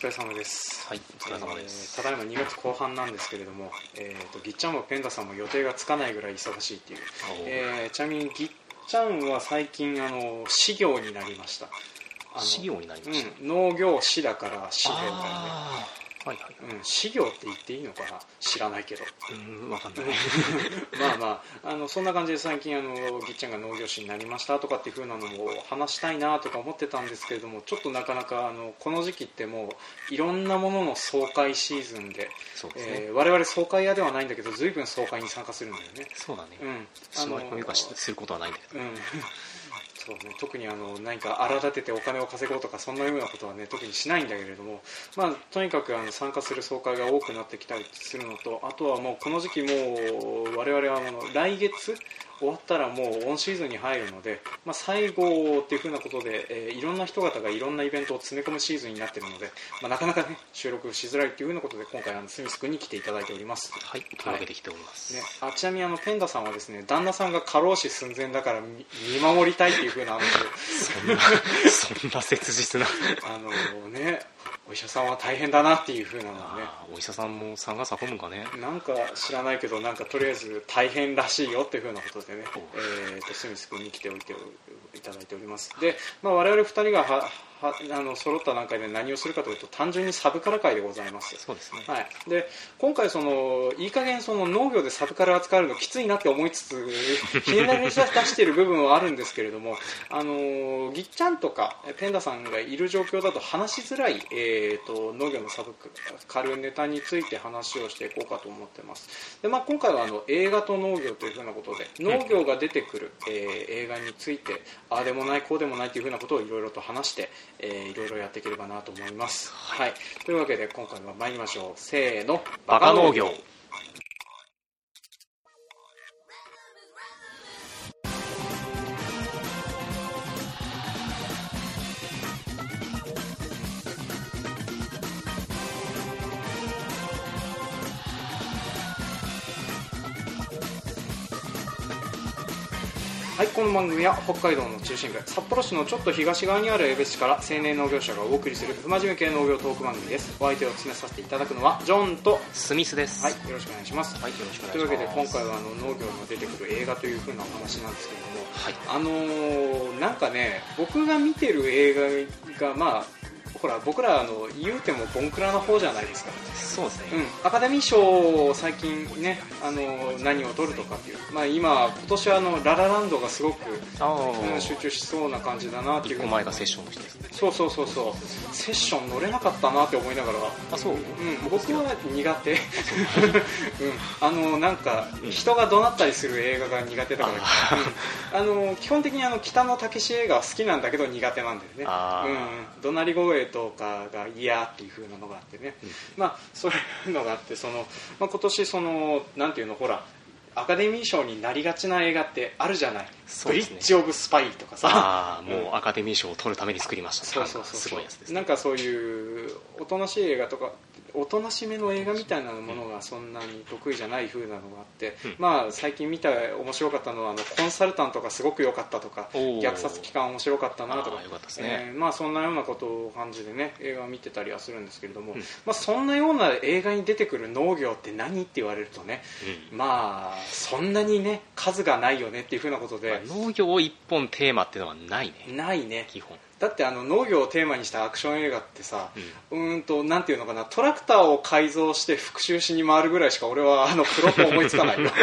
疲れ様です。 はい、お疲れ様です。 ただいま2月後半なんですけれども、ぎっちゃんもペンダさんも予定がつかないぐらい忙しいっていう、ちなみにぎっちゃんは最近士業になりました。 士業になりました、 農業士だから士兵だよね。 はいはい、 士業って言っていいのかな、知らないけど、 分かんないまあそんな感じで最近ぎっちゃんが農業士になりましたとかっていう風なのも話したいなとか思ってたんですけれども、ちょっとなかなかこの時期ってもういろんなものの総会シーズンで、 そうですね、 我々総会屋ではないんだけど随分総会に参加するんだよね。 そうだね、しまい込みかすることはないんだけど、 そうね、特に何か荒立ててお金を稼ごうとかそんなようなことはね特にしないんだけれども、とにかく参加する総会が多くなってきたりするのと、あとはもうこの時期もう我々は来月終わったらもうオンシーズンに入るので、最後っていう風なことで、いろんな人方がいろんなイベントを詰め込むシーズンになっているので、なかなかね収録しづらいっていう風なことで今回スミス君に来ていただいております。 はい、というわけで来ております、 ちなみにペンダさんはですね、旦那さんが過労死寸前だから見守りたいっていう風な話をそんな切実なお医者さんは大変だなっていう風なのね。 お医者さんも3月運ぶんかね、 なんか知らないけどとりあえず大変らしいよっていう風なことでね、スミス君に来ておいていただいております。で、我々2人が揃った段階で何をするかというと単純にサブカル会でございます。 そうですね、 はい、で今回いい加減農業でサブカル扱うのきついなって思いつつひねり出している部分はあるんですけれども、ぎっちゃんとかペンダさんがいる状況だと話しづらい、農業のサブカルネタについて話をしていこうかと思ってます。で、今回は映画と農業というふうなことで農業が出てくる、映画についてああでもないこうでもないというふうなことをいろいろと話していろいろやっていければなと思います。はい、というわけで今回は参りましょう。せーの、 バカ農業。 はい、この番組は北海道の中心部札幌市のちょっと東側にある江別市から青年農業者がお送りする不真面目系農業トーク番組です。お相手を務めさせていただくのはジョンとスミスです。 はい、よろしくお願いします。 はい、よろしくお願いします。 というわけで今回は農業の出てくる映画という風なお話なんですけれども、なんかね、僕が見てる映画がほら僕ら言うてもボンクラな方じゃないですか。 そうですね、 アカデミー賞を最近ね何を取るとかっていう、今年はララランドがすごく集中しそうな感じだなっていう。 1個前がセッションの人ですね。 そうセッション乗れなかったなって思いながら、僕は苦手なんか人が怒鳴ったりする映画が苦手だから基本的に北野武映画は好きなんだけど苦手なんだよね。怒鳴り声とかが嫌っていう風なのがあってね、そういうのがあって、今年なんていうの、ほらアカデミー賞になりがちな映画ってあるじゃない。ブリッジ・オブ・スパイとかさ、 もうアカデミー賞を取るために作りました。すごいやつですね。 なんかそういうおとなしい映画とかおとなしめの映画みたいなものがそんなに得意じゃない風なのがあって、最近見た面白かったのはコンサルタントがすごく良かったとか、虐殺機関面白かったなとか、そんなようなことを感じでね映画を見てたりはするんですけれども、そんなような映画に出てくる農業って何って言われるとね、そんなにね数がないよねっていう風なことで、 農業を一本テーマっていうのはないね基本。 だって農業をテーマにしたアクション映画ってさ、なんていうのかな、トラクターを改造して復讐しに回るぐらいしか俺はプロット思いつかないよ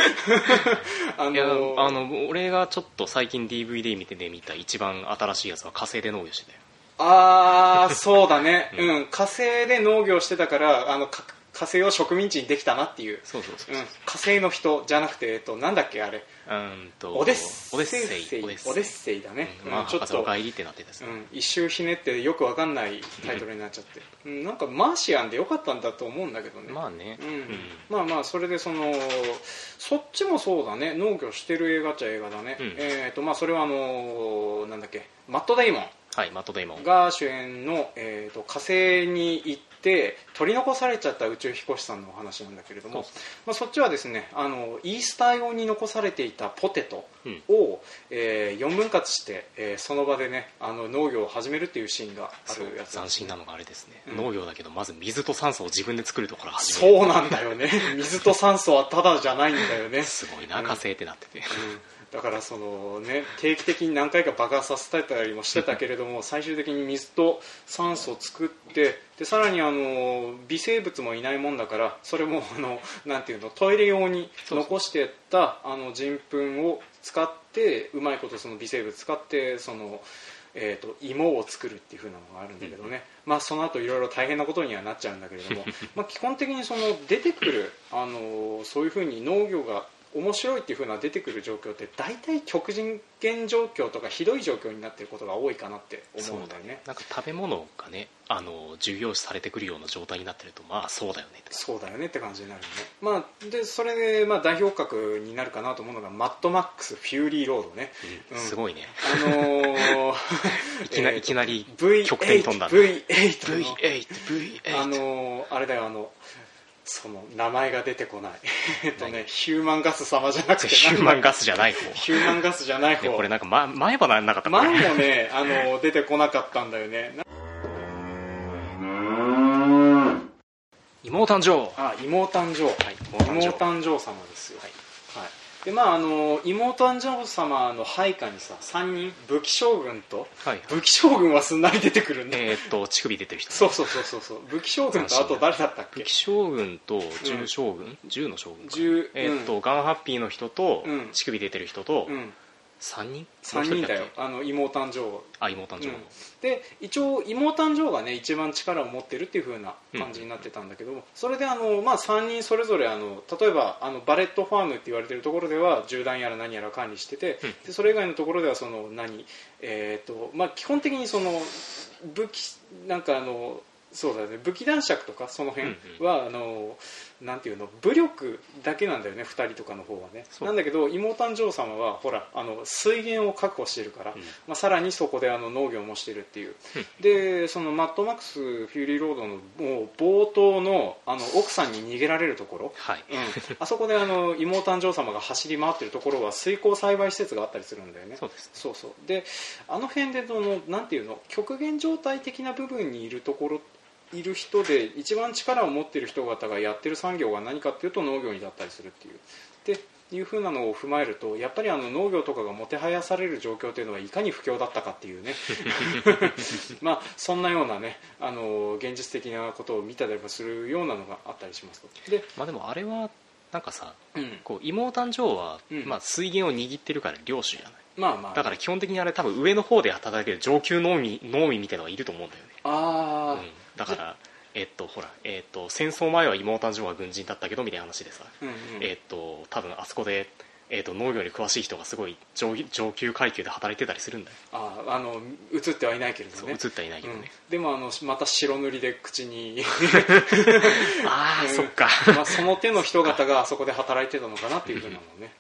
俺がちょっと最近 DVD 見た一番新しいやつは火星で農業してたよ。 そうだね、火星で農業してたから火星を植民地にできたなっていう。火星の人じゃなくてなんだっけあれ、オデッセイだね。ちょっと一周ひねってよくわかんないタイトルになっちゃってなんかマーシアンでよかったんだと思うんだけどね。それでそっちもそうだね、農業してる映画っちゃ映画だね。それはなんだっけ、マット・デイモンが主演の、火星に行っで取り残されちゃった宇宙飛行士さんのお話なんだけれども、そっちはですねイースター用に残されていたポテトを、4分割して、その場でね農業を始めるっていうシーンがあるやつ、 斬新なのがあれですね、農業だけどまず水と酸素を自分で作るところから始める。そうなんだよね水と酸素はただじゃないんだよねすごいな火星ってなってて、 だから定期的に何回か爆発させたりもしてたけれども最終的に水と酸素を作ってでさらに微生物もいないもんだからそれもなんていうのトイレ用に残してった人糞を使ってうまいことその微生物使って芋を作るっていう風なのがあるんだけどね、その後いろいろ大変なことにはなっちゃうんだけれども基本的に出てくるそういう風に農業が面白いっていう風な出てくる状況って大体極限状況とかひどい状況になっていることが多いかなって思うんだよね。 なんか食べ物がね重要視されてくるような状態になってるとそうだよねって感じになるね。でそれで代表格になるかなと思うのがマッドマックスフューリーロードね、 すごいねいきなり V8 極点飛んだね V8 あれだよその名前が出てこないヒューマンガス様じゃなくてヒューマンガスじゃない方ヒューマンガスじゃない方これなんか、前はなかった前もね出てこなかったんだよね。 妹誕生妹誕生、妹誕生様ですよ、で妹誕生様の配下にさ3人武器将軍と、武器将軍はすんなり出てくるね。 乳首出てる人、 そう武器将軍とあと誰だったっけ。 武器将軍と銃将軍、銃の将軍ガンハッピーの人と、乳首出てる人と、3人だよ妹誕生妹誕生、 で一応妹誕生がね一番力を持ってるっていう風な感じになってたんだけども、それで3人それぞれ例えばバレットファームって言われてるところでは銃弾やら何やら管理してて、でそれ以外のところでは基本的に武器なんかそうだね、武器男爵とかその辺は、なんていうの武力だけなんだよね2人とかの方はね。なんだけど妹誕生様はほら水源を確保しているから、さらにそこで農業もしているっていう、でそのマッドマックスフューリーロードのもう冒頭の奥さんに逃げられるところ、あそこで妹誕生様が走り回っているところは水耕栽培施設があったりするんだよね。そうで辺でなんていうの極限状態的な部分にいるところいる人で一番力を持っている人方がやってる産業が何かっていうと農業にだったりするっていうっていう風なのを踏まえるとやっぱり農業とかがもてはやされる状況というのはいかに不況だったかっていうねそんなようなね現実的なことを見たりするようなのがあったりしますと。でもあれはなんかさ、妹誕生は、水源を握ってるから領主じゃない、だから基本的にあれ多分上の方で働いてる上級農民みたいなのがいると思うんだよね。だからほら戦争前は妹誕生は軍人だったけどみたいな話でさ、多分あそこで、農業に詳しい人がすごい上級階級で働いてたりするんだよ。 映ってはいないけれどね。 映ってはいないけどね、 でもまた白塗りで口にそっかその手の人方があそこで働いてたのかなっていうふうなのね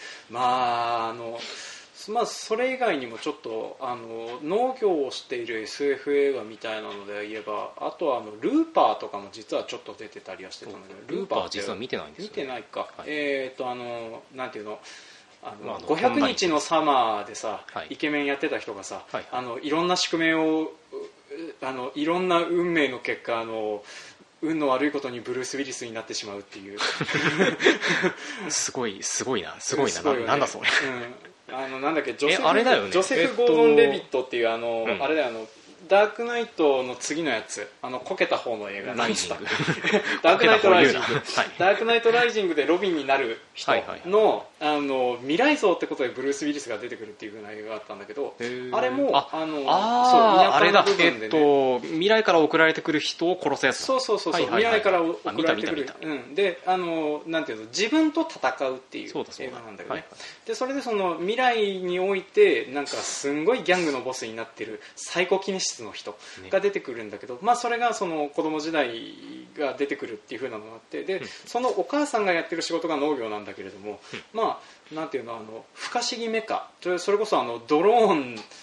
それ以外にもちょっと農業をしている SF 映画みたいなので言えばあとはルーパーとかも実はちょっと出てたりはしてたんだけど、 ルーパー実は見てないんですよ、 見てないか、なんていうの500日のサマーでさ、イケメンやってた人がさ、いろんな宿命をいろんな運命の結果運の悪いことにブルース・ウィリスになってしまうっていうすごいななんだそれ、 なんだっけジョセフ・ゴードン・レビットっていうあれだよダークナイトの次のやつこけた方の映画なんですかダークナイトライジングダークナイトライジングでロビンになる人の未来像ってことでブルース・ウィリスが出てくるっていう風な映画があったんだけど、あれもあれだ未来から送られてくる人を殺すやつ。 そう未来から送られてくるでなんていうの自分と戦うっていう映画なんだよね。でそれでその未来においてなんかすんごいギャングのボスになってるサイコキネシスの人が出てくるんだけど、それがその子供時代が出てくるっていう風なのがあって、でそのお母さんがやってる仕事が農業なんだけれども、なんていうの不可思議メカそれこそドローン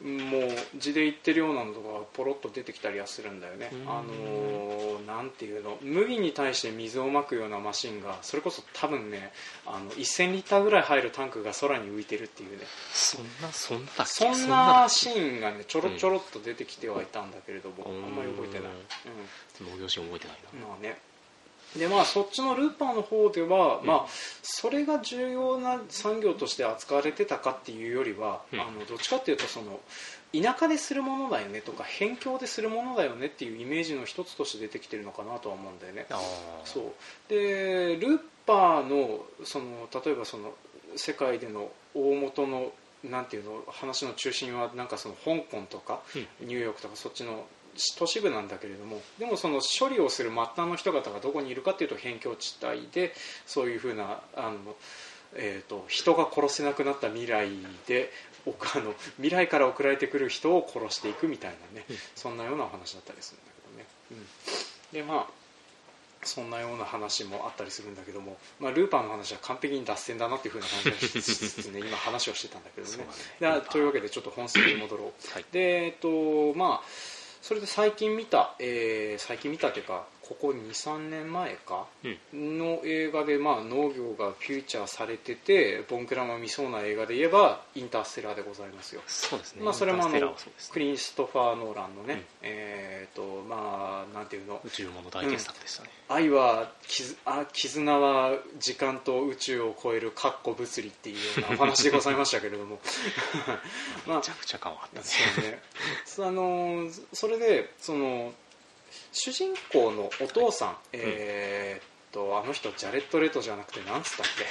もう字で言ってるようなのとかポロッと出てきたりはするんだよね。なんていうの、麦に対して水をまくようなマシンがそれこそ多分ね1000リッターぐらい入るタンクが空に浮いてるっていうね、 そんなシーンがねちょろちょろっと出てきてはいたんだけれども、あんまり覚えてない、 農業シーン覚えてないな。 まあね、でそっちのルーパーの方では、それが重要な産業として扱われてたかっていうよりは、どっちかっていうとその田舎でするものだよねとか辺境でするものだよねっていうイメージの一つとして出てきてるのかなとは思うんだよね。そうでルーパーのその例えばその世界での大元のなんていうの話の中心はなんかその香港とかニューヨークとかそっちの都市部なんだけれども、でもその処理をする末端の人々がどこにいるかっていうと辺境地帯で、そういうふうな人が殺せなくなった未来で未来から送られてくる人を殺していくみたいなね、そんなようなお話だったりするんだけどね、でそんなような話もあったりするんだけども、ルーパーの話は完璧に脱線だなっていうふうな感じがしつつね今話をしてたんだけどね。というわけでちょっと本筋に戻ろう。はい、でそれで最近見たというかここ 2,3 年前かの映画で農業がフューチャーされててボンクラも見そうな映画で言えばインターステラーでございますよ。 そうですね。 それもクリストファー・ノーランのね、なんていうの、 宇宙もの大傑作でしたね。 愛は絆は時間と宇宙を超える物理っていうようなお話でございましたけれどもめちゃくちゃ感はあったね。 そうねそれでその主人公のお父さん、あの人ジャレット・レトじゃなくてなんつったっけ、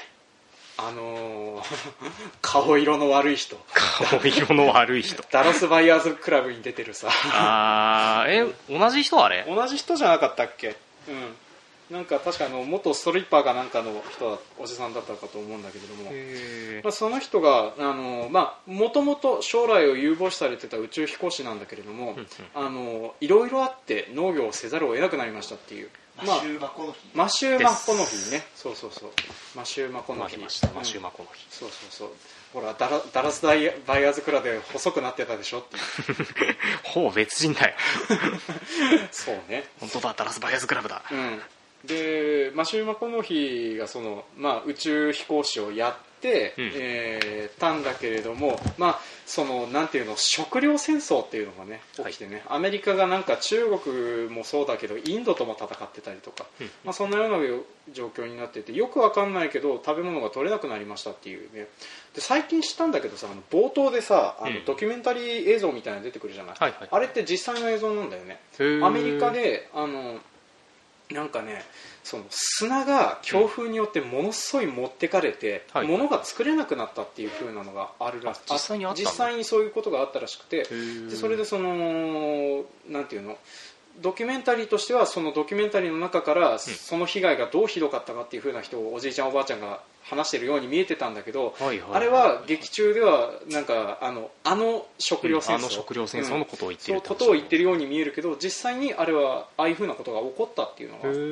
顔色の悪い人ダラスバイヤーズクラブに出てるさ同じ人あれ同じ人じゃなかったっけ。なんか確か元ストリッパーかなんかの人おじさんだったかと思うんだけれども、その人がもともと将来を有望視されてた宇宙飛行士なんだけれども、いろいろあって農業をせざるを得なくなりましたっていう。マシュー・マコノヒね。そうマシュー・マコノヒ。そうほらダラスバイヤーズクラブで細くなってたでしょっていうほぼ別人だよそうね、 本当だ、ダラスバイヤーズクラブだ。 でマシュー・マコノヒがその、宇宙飛行士をやってたんだけれども、そのなんていうの食糧戦争っていうのがね起きてね、アメリカがなんか中国もそうだけどインドとも戦ってたりとか、そんなような状況になっててよくわかんないけど食べ物が取れなくなりましたっていうね。で最近知ったんだけどさ、冒頭でさドキュメンタリー映像みたいなの出てくるじゃない、あれって実際の映像なんだよね。アメリカでなんかねその砂が強風によってものすごい持ってかれて、物が作れなくなったっていう風なのがあるらしい。実際にそういうことがあったらしくて、でそれでそのなんていうのドキュメンタリーとしてはそのドキュメンタリーの中からその被害がどうひどかったかっていう風な人をおじいちゃんおばあちゃんが話してるように見えてたんだけど、あれは劇中ではなんか食料戦争のことを言ってる、 そうことを言ってるように見えるけど、実際にあれはああいう風なことが起こったっていうのがあって、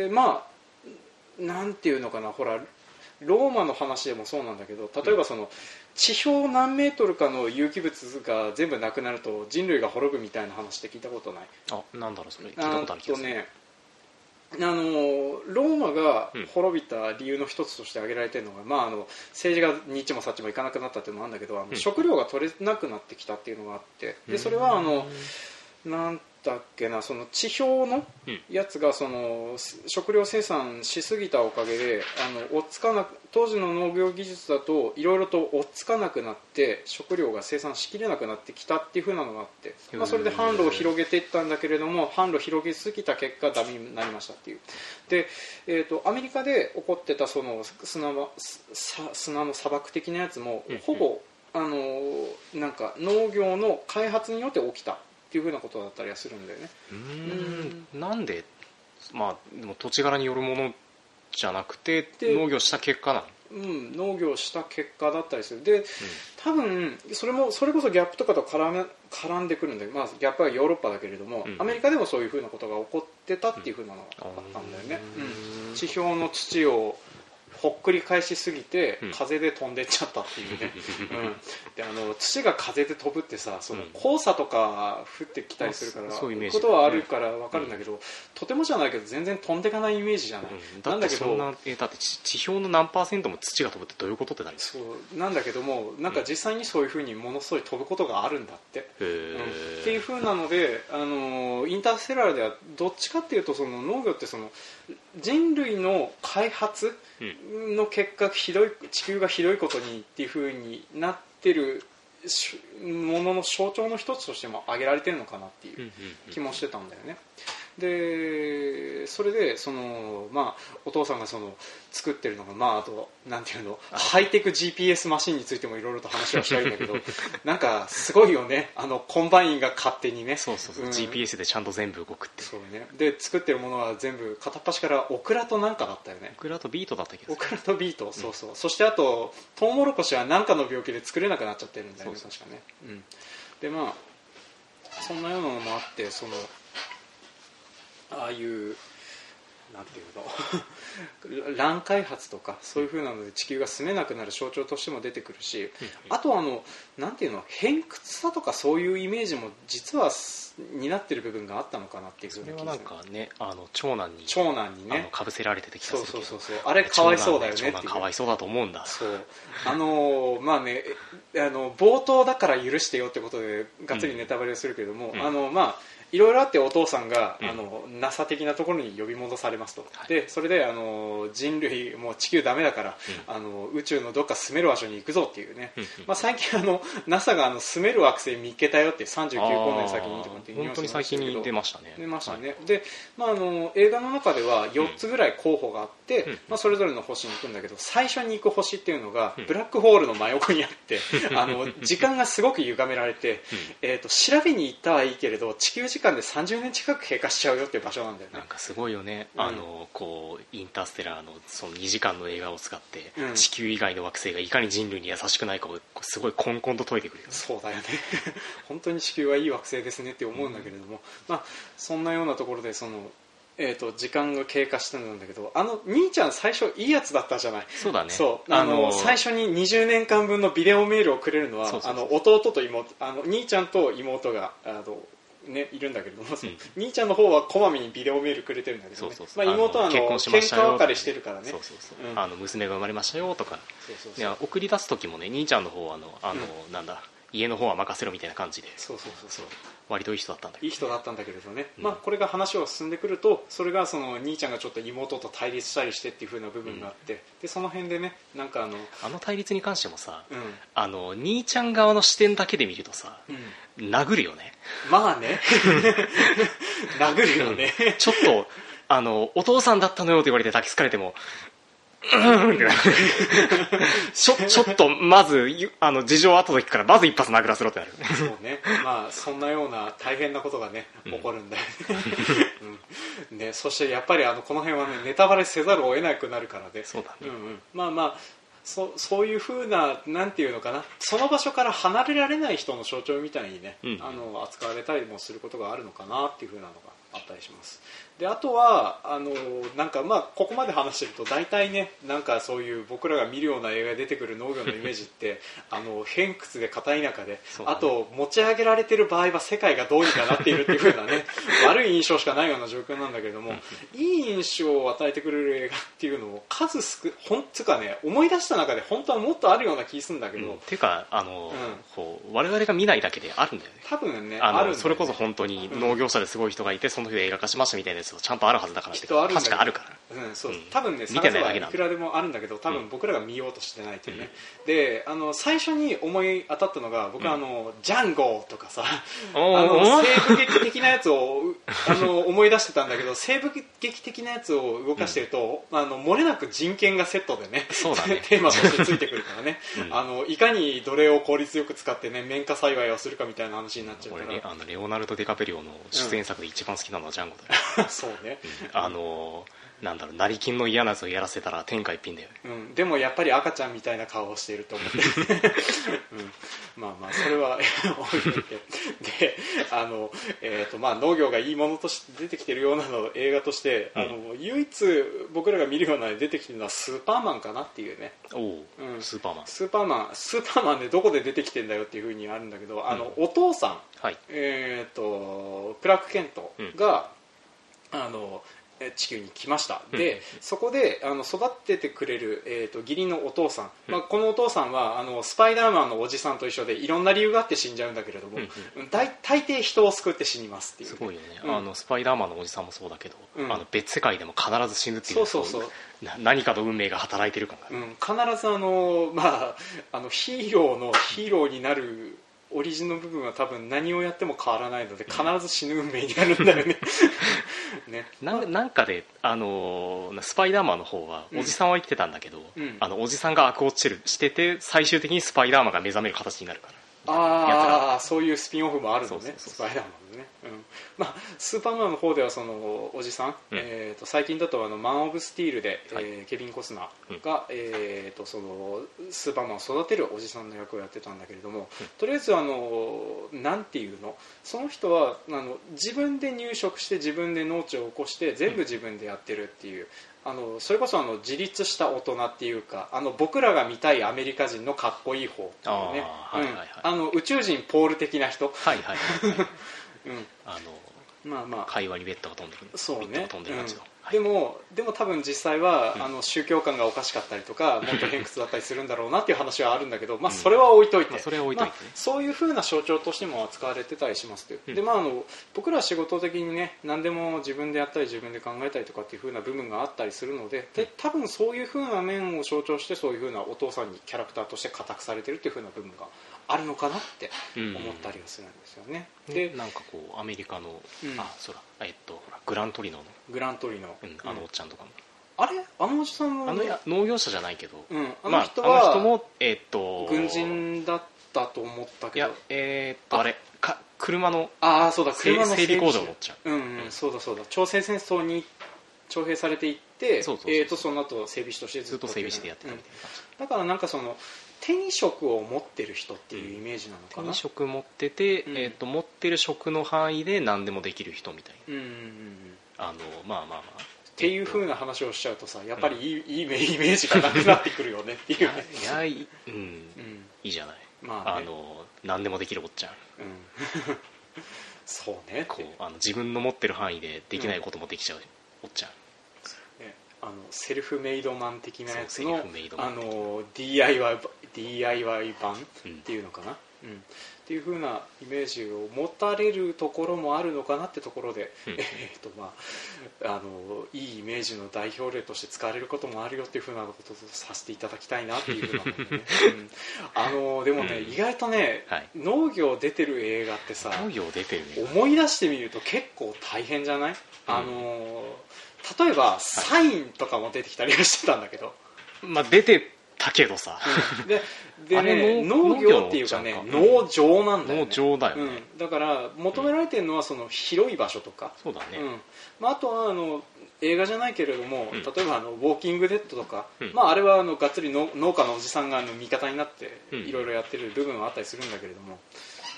でなんていうのかな、ほらローマの話でもそうなんだけど、例えばその地表何メートルかの有機物が全部なくなると人類が滅ぶみたいな話って聞いたことない？ なんだろうそれ、聞いたことある気がする。 ローマが滅びた理由の一つとして挙げられているのが、政治がにっちもさっちもいかなくなったっていうのもあるんだけど、食料が取れなくなってきたっていうのがあって、でそれはなんだっけな、その地表のやつがその食料生産しすぎたおかげで当時の農業技術だといろいろと追っつかなくなって食料が生産しきれなくなってきたっていう風なのがあって、それで販路を広げていったんだけれども、販路を広げすぎた結果ダメになりましたっていう。で、アメリカで起こってたその砂の砂漠的なやつもほぼなんか農業の開発によって起きたっていう風なことだったりはするんだよね。 なんででも土地柄によるものじゃなくて農業した結果なの？ 農業した結果だったりする。で、多分それこそギャップとかと絡んでくるんだけど、ギャップはヨーロッパだけれども、アメリカでもそういう風なことが起こってたっていう風なのがあったんだよね。地表の土をほっくり返しすぎて風で飛んでっちゃったっていうね、で土が風で飛ぶってさ、その黄砂とか降ってきたりするから、そういうことはあるから分かるんだけど、とてもじゃないけど全然飛んでいかないイメージじゃない、なんだけどだって地表の何%も土が飛ぶってどういうことってなる？ そうなんだけども、なんか実際にそういう風にものすごい飛ぶことがあるんだって、っていう風なので、インターステラーではどっちかっていうと、その農業ってその人類の開発の結果、地球がひどいことにっていう風になってるものの象徴の一つとしても挙げられてるのかなっていう気もしてたんだよね。でそれでお父さんが作ってるのが、あとなんていうの、ハイテク GPS マシンについてもいろいろと話はしたいんだけどなんかすごいよね、コンバインが勝手にね、 GPS でちゃんと全部動くって。 そうね。で作ってるものは全部片っ端からオクラとなんかだったよね。 オクラとビートだったけど、 オクラとビート、そうそう、そしてあとトウモロコシは何かの病気で作れなくなっちゃってるんだよね、確かね。でそんなようなのもあって、ああいうなんていうの乱開発とかそういう風なので地球が住めなくなる象徴としても出てくるし、あとなんていうの、偏屈さとかそういうイメージも実は担ってる部分があったのかなっていう風な気がする。 それはなんかね、長男にねかぶせられててきた。 そうあれかわいそうだよねっていう。 長男かわいそうだと思うんだ。 そう冒頭だから許してよってことでがっつりネタバレをするけれども、いろいろあってお父さんが、NASA 的なところに呼び戻されますと、でそれで人類もう地球ダメだから、宇宙のどっか住める場所に行くぞっていうね、最近NASA が住める惑星見っけたよって39光年先にとかって本当に最近に出ましたね。 で、映画の中では4つぐらい候補があって、それぞれの星に行くんだけど、最初に行く星っていうのがブラックホールの真横にあって時間がすごく歪められて、調べに行ったはいいけれど地球時間で30年近く経過しちゃうよっていう場所なんだよね。 なんかすごいよね、インターステラーのその2時間の映画を使って、地球以外の惑星がいかに人類に優しくないかをすごいこんこんと解いてくるよね。 そうだよね本当に地球はいい惑星ですねって思うんだけれども、そんなようなところで時間が経過してるんだけど、兄ちゃん最初いいやつだったじゃない。 そうだね。 最初に20年間分のビデオメールをくれるのは弟と妹、兄ちゃんと妹がいるんだけれども、兄ちゃんの方はこまめにビデオメールくれてるんだけどね、妹は結婚しましたよ、 喧嘩別れしてるからね、 娘が生まれましたよとか、送り出す時もね、兄ちゃんの方はなんだ、家の方は任せろみたいな感じで、割といい人だったんだけど、 いい人だったんだけれどね、これが話を進んでくると、それが兄ちゃんがちょっと妹と対立したりしてっていう風な部分があって、でその辺でね、なんか対立に関してもさ、兄ちゃん側の視点だけで見るとさ、殴るよね。 殴るよね。 ちょっとお父さんだったのよって言われて抱きつかれてもちょっとまず事情あった時からまず一発殴らせろってなる。 そうね、そんなような大変なことがね起こるんだよね。そしてやっぱりこの辺はねネタバレせざるを得なくなるからで、 そうだね。 そういう風な、なんていうのかな、その場所から離れられない人の象徴みたいにね、扱われたりもすることがあるのかなっていう風なのがあったりします。であとはなんかここまで話してると大体ね、なんかそういう僕らが見るような映画で出てくる農業のイメージって偏屈で片田舎で、あと持ち上げられてる場合は世界がどうにかなっているっていう風なね悪い印象しかないような状況なんだけれども、いい印象を与えてくれる映画っていうのをつかね、思い出した中で本当はもっとあるような気するんだけど、 っていうか我々が見ないだけであるんだよね。 多分ね、 それこそ本当に農業者ですごい人がいて、その人で映画化しましたみたいなやつちゃんとあるはずだからって、確かあるから、 多分ね、探せばいくらでもあるんだけど、多分僕らが見ようとしてないというね。で最初に思い当たったのが、僕はジャンゴとかさ、西部劇的なやつを思い出してたんだけど、西部劇的なやつを動かしてると、漏れなく人権がセットでね、テーマとしてついてくるからね、いかに奴隷を効率よく使ってね、綿花栽培をするかみたいな話になっちゃうから。 俺ね、レオナルド・ディカペリオの出演作で一番好きなのはジャンゴだよ。 そうね、 なんだろう、成金の嫌なやつをやらせたら天下一品だよね、 でもやっぱり赤ちゃんみたいな顔をしていると思って、まあそれは置いといて、で農業がいいものとして出てきてるようなの映画として、唯一僕らが見るような出てきてるのはスーパーマンかなっていうね。 スーパーマンでどこで出てきてんだよっていう風にあるんだけど、お父さん、クラーク・ケントが、地球に来ました。で、そこで育ててくれる、義理のお父さん、このお父さんはスパイダーマンのおじさんと一緒でいろんな理由があって死んじゃうんだけれども、大抵人を救って死にますっていう、 すごいよね、スパイダーマンのおじさんもそうだけど、別世界でも必ず死ぬっていう、何かの運命が働いてる感が、必ずヒーローになるオリジンの部分は多分何をやっても変わらないので必ず死ぬ運命になるんだよね。 なんかで、スパイダーマンの方はおじさんは生きてたんだけど、おじさんが悪をしてて最終的にスパイダーマンが目覚める形になるから、 そういうスピンオフもあるのね、スパイダーマンのね。スーパーマンの方ではそのおじさん、最近だとマン・オブ・スティールで、ケビン・コスナーが、そのスーパーマンを育てるおじさんの役をやってたんだけれども、とりあえずなんていうの、その人は自分で入植して自分で農地を起こして全部自分でやってるっていう、それこそ自立した大人っていうか、僕らが見たいアメリカ人のかっこいい方っていうね、宇宙人ポール的な人、 会話にベッドが飛んでる、 そうね、 感じの、 でも多分実際は、宗教観がおかしかったりとかもっと偏屈だったりするんだろうなっていう話はあるんだけど、それは置いといて、そういう風な象徴としても扱われてたりしますという、で僕らは仕事的にね、何でも自分でやったり自分で考えたりとかっていう風な部分があったりするので、多分そういう風な面を象徴してそういう風なお父さんにキャラクターとして固くされてるっていう風な部分があるのかなって思ったりはするんですよね。 でなんかこうアメリカの、グラントリノのおっちゃんとかも、 あのおじさんも農業者じゃないけど、 あの人も軍人だったと思ったけど、 車の整備工場のおっちゃん、そうだ朝鮮戦争に徴兵されていって、その後整備士としてずっと整備士でやってたみたいな感じ、 だからなんかその手に職を持ってる人っていうイメージなのかな、 手に職持ってて、持ってる職の範囲で何でもできる人みたいな、 っていう風な話をしちゃうとさ、やっぱりいいイメージがなくなってくるよねっていうね。 いいじゃない、何でもできるおっちゃん、 そうね、 自分の持ってる範囲でできないこともできちゃうおっちゃん、 セルフメイドマン的なやつのDIY 版っていうのかな、っていう風なイメージを持たれるところもあるのかなってところで、いいイメージの代表例として使われることもあるよっていう風なことをさせていただきたいなっていう風なのでね、でもね、意外とね、農業出てる映画ってさ、思い出してみると結構大変じゃない？例えばサインとかも出てきたりはしてたんだけど、 出てたけどさ、 でね、農業っていうかね、農場なんだよね。 農場だよね。 だから求められてるのはその広い場所とか、 そうだね。 あとは映画じゃないけれども、例えばウォーキングデッドとか、あれはがっつり農家のおじさんが味方になっていろいろやってる部分はあったりするんだけれども、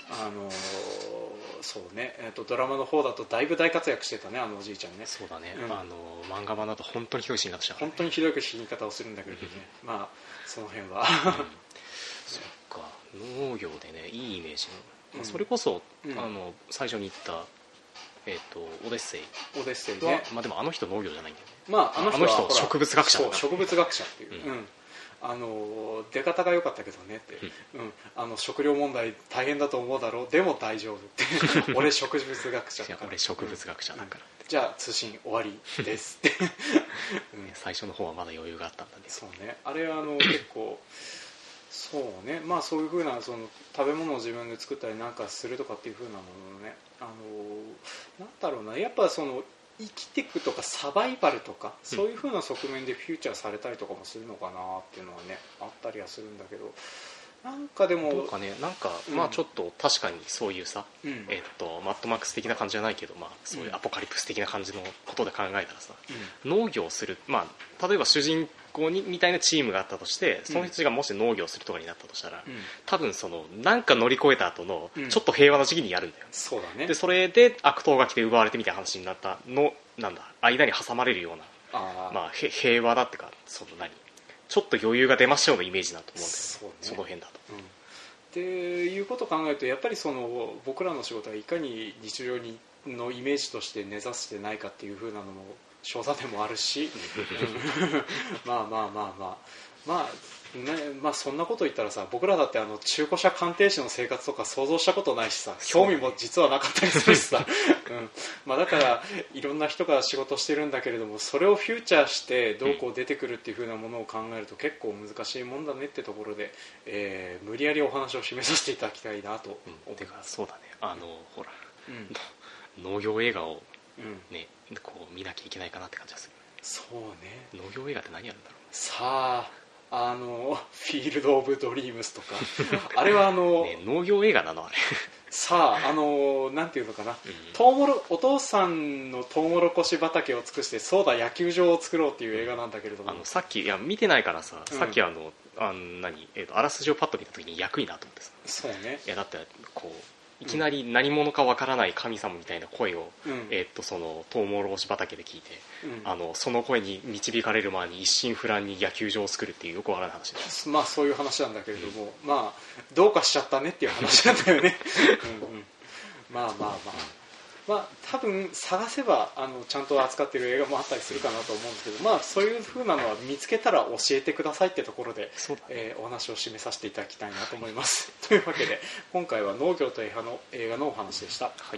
そうね、ドラマの方だとだいぶ大活躍してたね、おじいちゃんね。 そうだね、漫画版だと本当にひどい死に方したから、 本当にひどい死に方をするんだけれどね、その辺はそっか、農業でね、いいイメージの、それこそ、最初に言ったオデッセイね、でもあの人農業じゃないんだよね。あの人植物学者だから、 植物学者っていう、出方が良かったけどねって、食料問題大変だと思うだろう、でも大丈夫って俺植物学者だから、 俺植物学者だから、 じゃあ通信終わりですって最初の方はまだ余裕があったんだね。 そうね、あれは結構そうね、そういう風なその食べ物を自分で作ったりなんかするとかっていう風なものね、なんだろうな、やっぱその生きていくとかサバイバルとか、そういう風な側面でフューチャーされたりとかもするのかなっていうのはね、あったりはするんだけど、 なんかでもどうかね、なんか、まあちょっと確かにそういうさ、マッドマックス的な感じじゃないけど、まあそういうアポカリプス的な感じのことで考えたらさ、農業をする、まあ例えば主人公みたいなチームがあったとして、その人たちがもし農業をするとかになったとしたら、多分そのなんか乗り越えた後のちょっと平和な時期にやるんだよ、 そうだね。 でそれで悪党が来て奪われてみたいな話になったのなんだ、間に挟まれるような、まあ平和だってか、そのちょっと余裕が出ましょうのイメージだと思うんだよね、その辺だと。 っていうことを考えると、やっぱりその僕らの仕事はいかに日常のイメージとして根ざしてないかっていう風なのも小座でもあるしまあそんなこと言ったらさ、僕らだって中古車鑑定士の生活とか想像したことないしさ、興味も実はなかったりするしさ、まあだからいろんな人が仕事してるんだけれども、それをフューチャーしてどうこう出てくるっていう風なものを考えると結構難しいもんだねってところで、無理やりお話を締めさせていただきたいなと思てかそうだね、ほら、農業映画をね、こう見なきゃいけないかなって感じがする。 そうね。 農業映画って何やるんだろう。 さあフィールド・オブ・ドリームスとかあれはね、農業映画なのあれさあなんていうのかな、お父さんのトウモロコシ畑を尽くしてそうだ野球場を作ろうっていう映画なんだけれども、 さっきいや見てないからさ、さっきあらすじをパッと見た時に役いいなと思ってさ、 そうね、 いやだってこういきなり何者かわからない神様みたいな声を、そのトウモロコシ畑で聞いて、その声に導かれる前に一心不乱に野球場を作るっていうよくわからない話です。 まあそういう話なんだけれども、まあどうかしちゃったねっていう話なんだよねまあ多分探せばちゃんと扱っている映画もあったりするかなと思うんですけど、まあそういう風なのは見つけたら教えてくださいってところで、お話を締めさせていただきたいなと思いますというわけで今回は農業と映画のお話でした。はい、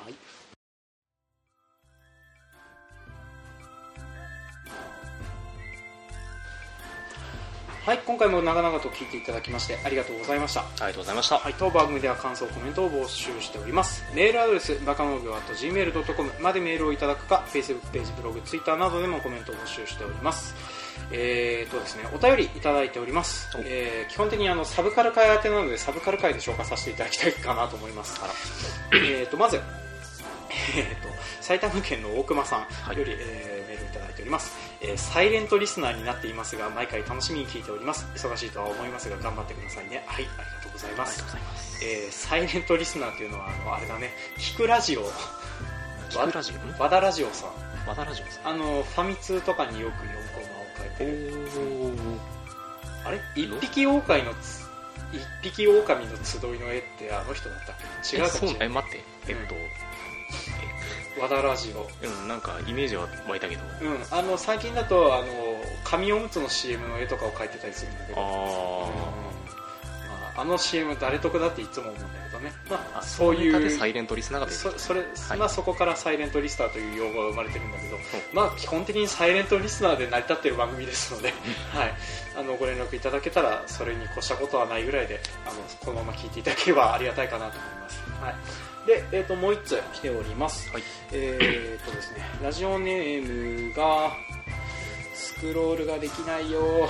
はい、今回も長々と聞いていただきましてありがとうございました。 ありがとうございました。 はい、当番組では感想コメントを募集しております。メールアドレスバカ農業@gmail.com までメールをいただくか Facebook ページ、ブログ、Twitter などでもコメントを募集しております。ですね、お便りいただいております。基本的にサブカル会宛てなのでサブカル会で紹介させていただきたいかなと思います。まず埼玉県の大熊さんより、メールいただいております。サイレントリスナーになっていますが毎回楽しみに聞いております。忙しいとは思いますが頑張ってくださいね。はい、ありがとうございます。サイレントリスナーというのはあれだね、聞くラジオ、和田ラジオさん、ファミ通とかによく4コマを書いてる、あれ一匹狼の集いの絵ってあの人だったっけ？違うかもしれない。 待って和田ラジオ、 なんかイメージは湧いたけど、 最近だと紙おむつの CM の絵とかを描いてたりするんだけど、CM 誰得だっていつも思うんだけどね、そういうサイレントリスナーが出てきた。 そこからサイレントリスナーという用語が生まれてるんだけど、基本的にサイレントリスナーで成り立っている番組ですので、はい、ご連絡いただけたらそれに越したことはないぐらいでこのまま聞いていただければありがたいかなと思います。はい、で、もう1つ来ております。はい、ですね、ラジオネームがスクロールができないよ。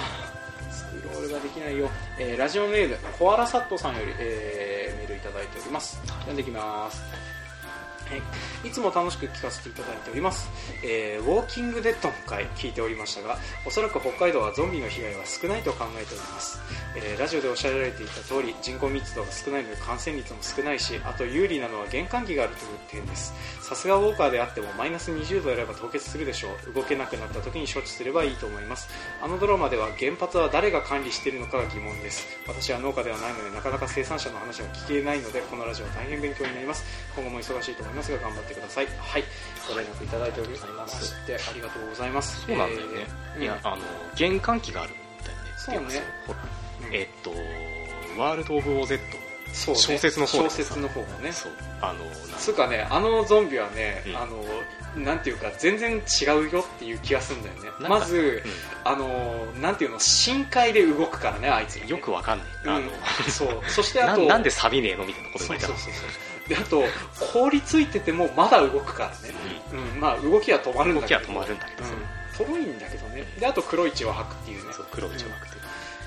ラジオネームコアラサットさんより、メールいただいております。読んでいきます。いつも楽しく聞かせていただいております。ウォーキングデッドの回聞いておりましたが、おそらく北海道はゾンビの被害は少ないと考えております。ラジオでおっしゃられていた通り人口密度が少ないので感染率も少ないし、あと有利なのは玄関機があるという点です。さすがウォーカーであってもマイナス20度あれば凍結するでしょう。動けなくなった時に処置すればいいと思います。ドラマでは原発は誰が管理しているのかが疑問です。私は農家ではないのでなかなか生産者の話が聞けないのでこのラジオは大変勉強になります。今後も忙しいと思いますが頑張ってください。はい、ご連絡いただいておりましてありがとうございます。 そうなんだよね、いや玄関機があるみたいなね。 そうね、 ほら、ワールド・オブ・オー・ゼット、そうね、小説の方がね、そうつうかね、ゾンビはね、なんていうか全然違うよっていう気がするんだよね。まず、なんていうの、深海で動くからね、あいつらね、 よくわかんない、 そしてあとなんで錆びねえのみたいなこと言われたら、 であと凍りついててもまだ動くからね、動きは止まるんだけど、 とろいんだけどね。であと黒い血を吐くっていうね、 黒い血を吐くっていう。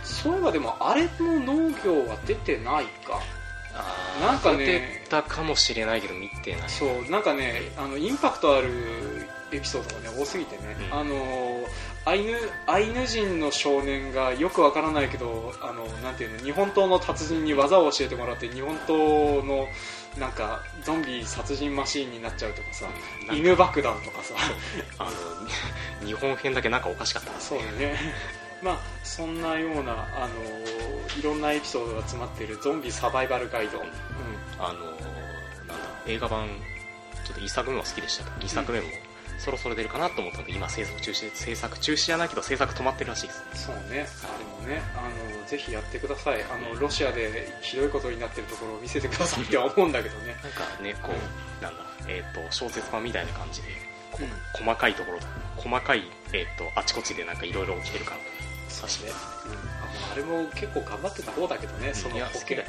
そういえばでもあれも農業は出てないか。 なんかね、出てたかもしれないけど見てない。 そうなんかね、インパクトあるエピソードがね多すぎてね、アイヌ人の少年がよくわからないけどなんていうの、日本刀の達人に技を教えてもらって日本刀のなんかゾンビ殺人マシーンになっちゃうとかさ、犬爆弾とかさ日本編だけなんかおかしかった。 そうだねまあそんなようないろんなエピソードが詰まっているゾンビサバイバルガイド、なんだ映画版ちょっと1作目も好きでしたけど2作目もそろそろ出るかなと思ったので今制作中止じゃないけど制作止まってるらしいです。 そうね、でもねぜひやってください。ロシアでひどいことになってるところを見せてくださいっては思うんだけどねなんかねこう、なんだ小説版みたいな感じでこう、細かいところと細かい、あちこちでなんかいろいろ起きてる感そうね、あれも結構頑張ってた方だけどね、その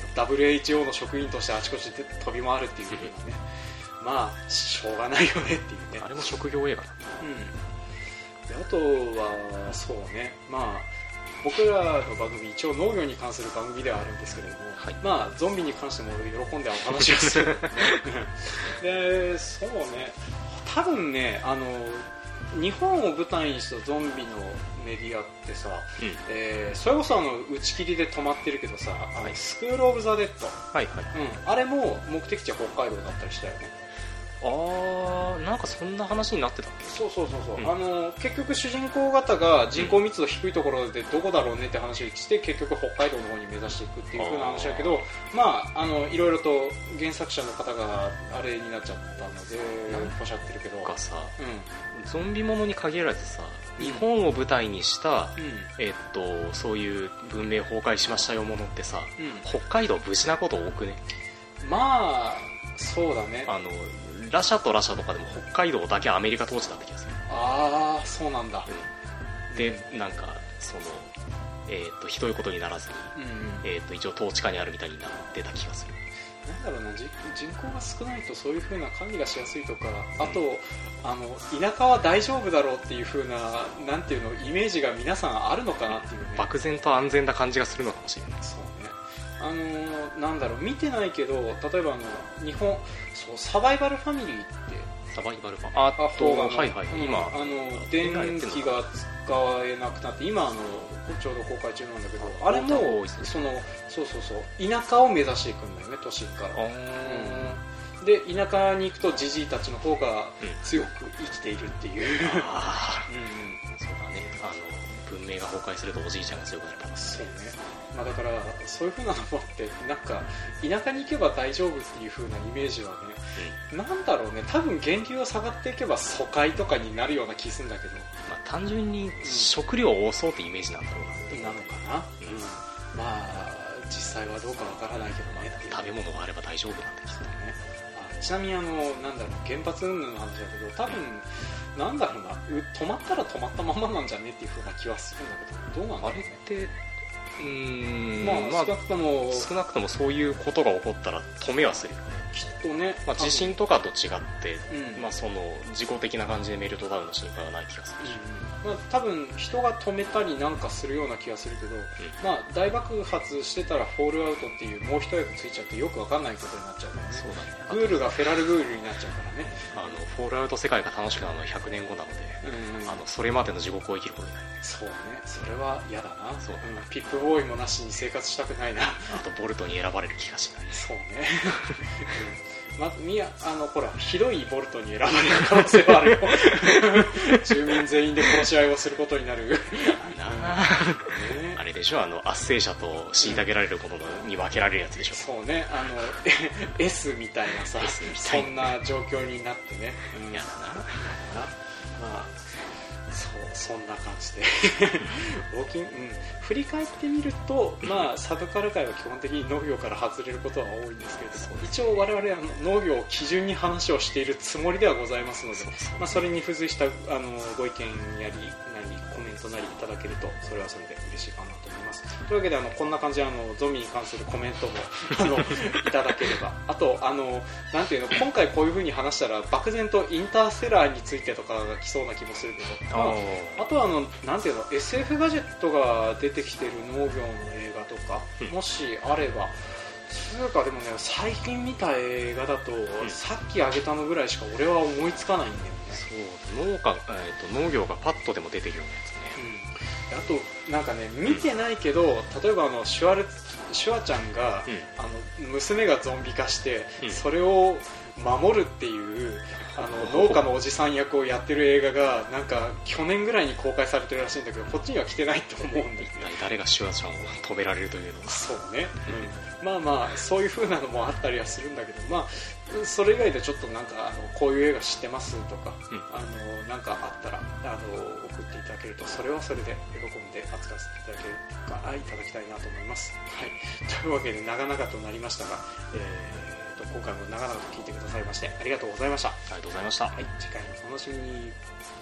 WHO の職員としてあちこちで飛び回るっていう風なねまあしょうがないよねっていうね。 あれも職業映画だ、 であとはそうね、まあ僕らの番組一応農業に関する番組ではあるんですけれども、まあゾンビに関しても喜んでお話をするでそうね、多分ね日本を舞台にしたゾンビのメディアってさ、それこそ打ち切りで止まってるけどさ、スクール・オブ・ザ・デッド、あれも目的地は北海道だったりしたよね。 なんかそんな話になってたっけ。 そう、結局主人公方が人口密度低いところでどこだろうねって話をして結局北海道の方に目指していくっていう風な話だけど、まあいろいろと原作者の方があれになっちゃったのでおっしゃってるけど、 なんかさ、ゾンビものに限らずさ、日本を舞台にした、そういう文明崩壊しましたよものってさ、北海道無事なこと多くね。 まあそうだね。 ラシャとかでも北海道だけアメリカ統治だった気がする。 そうなんだ、 でなんかそのひどいことにならずに、一応統治下にあるみたいになってた気がする。 なんだろうな、人口が少ないとそういう風な管理がしやすいとか、あと田舎は大丈夫だろうっていう風ななんていうのイメージが皆さんあるのかなっていうね。 漠然と安全な感じがするのかもしれない。 そうね、なんだろう、見てないけど例えば日本サバイバルファミリーってサバイバルファ今電気が使えなくなって今ちょうど公開中なんだけど、あれも田舎を目指していくんだよね、都心から。で田舎に行くとジジイたちの方が強く生きているっていう、 そうだね、文明が崩壊するとおじいちゃんが強くなるから。 そうね、だからそういう風なのもってなんか田舎に行けば大丈夫っていう風なイメージはね、なんだろうね、多分源流を下がっていけば疎開とかになるような気するんだけど、 単純に食料を多そうってイメージなんだろうなってなのかな、まあ実際はどうかわからないけどね、 食べ物があれば大丈夫なんだけどね。 ちなみになんだろう、原発云々の話だけど多分なんだろうな、止まったら止まったままなんじゃねっていう風な気はするんだけど、どうなんだろうね。 あれって少なくともそういうことが起こったら止めはするよね、 きっとね。 地震とかと違って、その事故的な感じでメルトダウンの心配はない気がするし、 多分人が止めたりなんかするような気がするけど、大爆発してたらフォールアウトっていうもう一役ついちゃってよくわかんないことになっちゃうからね。 そうだね、 グールがフェラルグールになっちゃうからね。 フォールアウト世界が楽しくなるのは100年後なので、それまでの地獄を生きることになる。 そうね、それは嫌だな。ピップボーイもなしに生活したくないな。 あとボルトに選ばれる気がしない。 そうねほらひどいボルトに選ばれる可能性はあるよ住民全員で殺し合いをすることになるあれでしょ、圧政者と虐げられることに分けられるやつでしょ。 そうね、S みたいなさ、そんな状況になってね、 嫌だな。 そんな感じで振り返ってみると、サブカル界は基本的に農業から外れることは多いんですけれども、一応我々は農業を基準に話をしているつもりではございますので、それに付随したご意見やりコメントとなりいただけるとそれはそれで嬉しいかなと思います。というわけでこんな感じでゾンビに関するコメントもいただければ、あとなんていうの、今回こういう風に話したら漠然とインターステラーについてとかが来そうな気もするけど、あとはなんていうの SF ガジェットが出てきてる農業の映画とか、もしあればつうかでもね、最近見た映画だと、さっき挙げたのぐらいしか俺は思いつかないんだよね。 そう農業がパッとでも出てるようなやつね、 あとなんかね見てないけど、例えばシュワちゃんが、娘がゾンビ化して、それを守るっていう農家のおじさん役をやってる映画がなんか去年ぐらいに公開されてるらしいんだけど、こっちには来てないと思うんですね。 誰がシュワちゃんを止められるというのは。 そうね、まあそういう風なのもあったりはするんだけど、それ以外でちょっとなんかこういう映画知ってますとか、なんかあったら送っていただけると、それはそれで喜んで扱わせていただきたいなと思います。はい、というわけで長々となりましたが、今回も長々と聞いてくださいましてありがとうございました。 ありがとうございました。 はい、次回もお楽しみに。